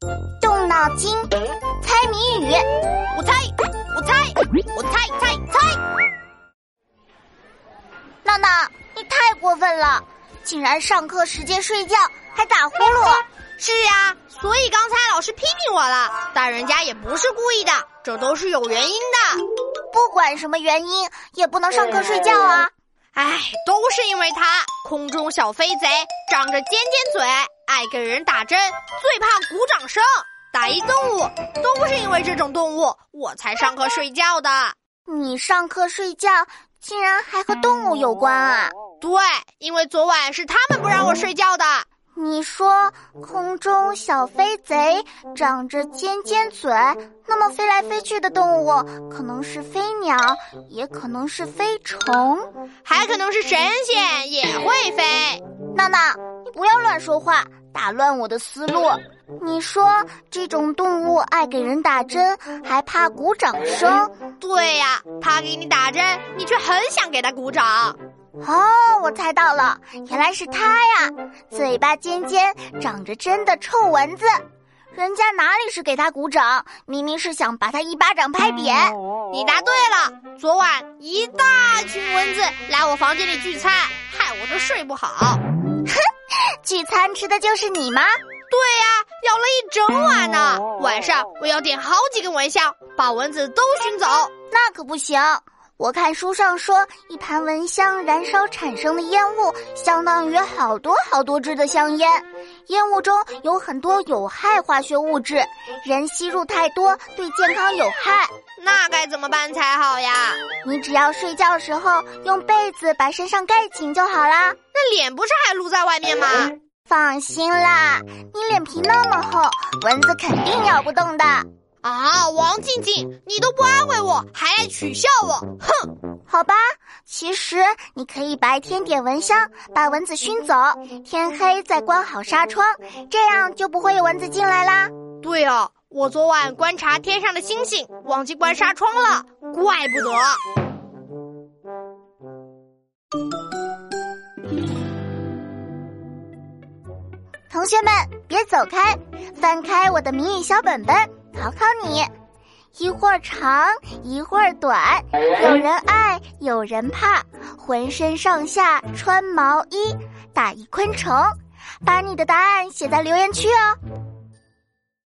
动脑筋，猜谜语。 我猜。 闹闹，你太过分了，竟然上课时间睡觉，还打呼噜。 是呀，所以刚才老师批评我了，但人家也不是故意的，这都是有原因的。 不管什么原因，也不能上课睡觉啊。 都是因为他，空中小飞贼，长着尖尖嘴，爱给人打针，最怕鼓掌声。打一动物，都是因为这种动物，我才上课睡觉的。 你上课睡觉，竟然还和动物有关啊？ 对，因为昨晚是他们不让我睡觉的。 你说空中小飞贼长着尖尖嘴，那么飞来飞去的动物可能是飞鸟，也可能是飞虫， 还可能是神仙，也会飞。 闹闹，你不要乱说话，打乱我的思路。你说这种动物爱给人打针，还怕鼓掌声。 对呀，他给你打针，你却很想给他鼓掌。 哦，我猜到了，原来是他呀，嘴巴尖尖，长着针的臭蚊子。人家哪里是给他鼓掌，明明是想把他一巴掌拍扁。 你答对了，昨晚一大群蚊子来我房间里聚餐，害我都睡不好。 哼，聚餐吃的就是你吗？ 对呀，咬了一整晚呢。晚上我要点好几根蚊香，把蚊子都熏走。 那可不行，我看书上说，一盘蚊香燃烧产生的烟雾相当于好多支的香烟，烟雾中有很多有害化学物质，人吸入太多对健康有害。 那该怎么办才好呀？ 你只要睡觉时候用被子把身上盖紧就好啦。 那脸不是还露在外面吗？ 放心啦，你脸皮那么厚，蚊子肯定咬不动的。 啊，王静静，你都不安慰我，还来取笑我，哼！ 好吧，其实你可以白天点蚊香，把蚊子熏走，天黑再关好纱窗，这样就不会有蚊子进来啦。 对啊，我昨晚观察天上的星星，忘记关纱窗了，怪不得。 同学们，别走开，翻开我的谜语小本本，考考你。一会儿长，一会儿短，有人爱，有人怕，浑身上下穿毛衣，打一昆虫。把你的答案写在留言区哦。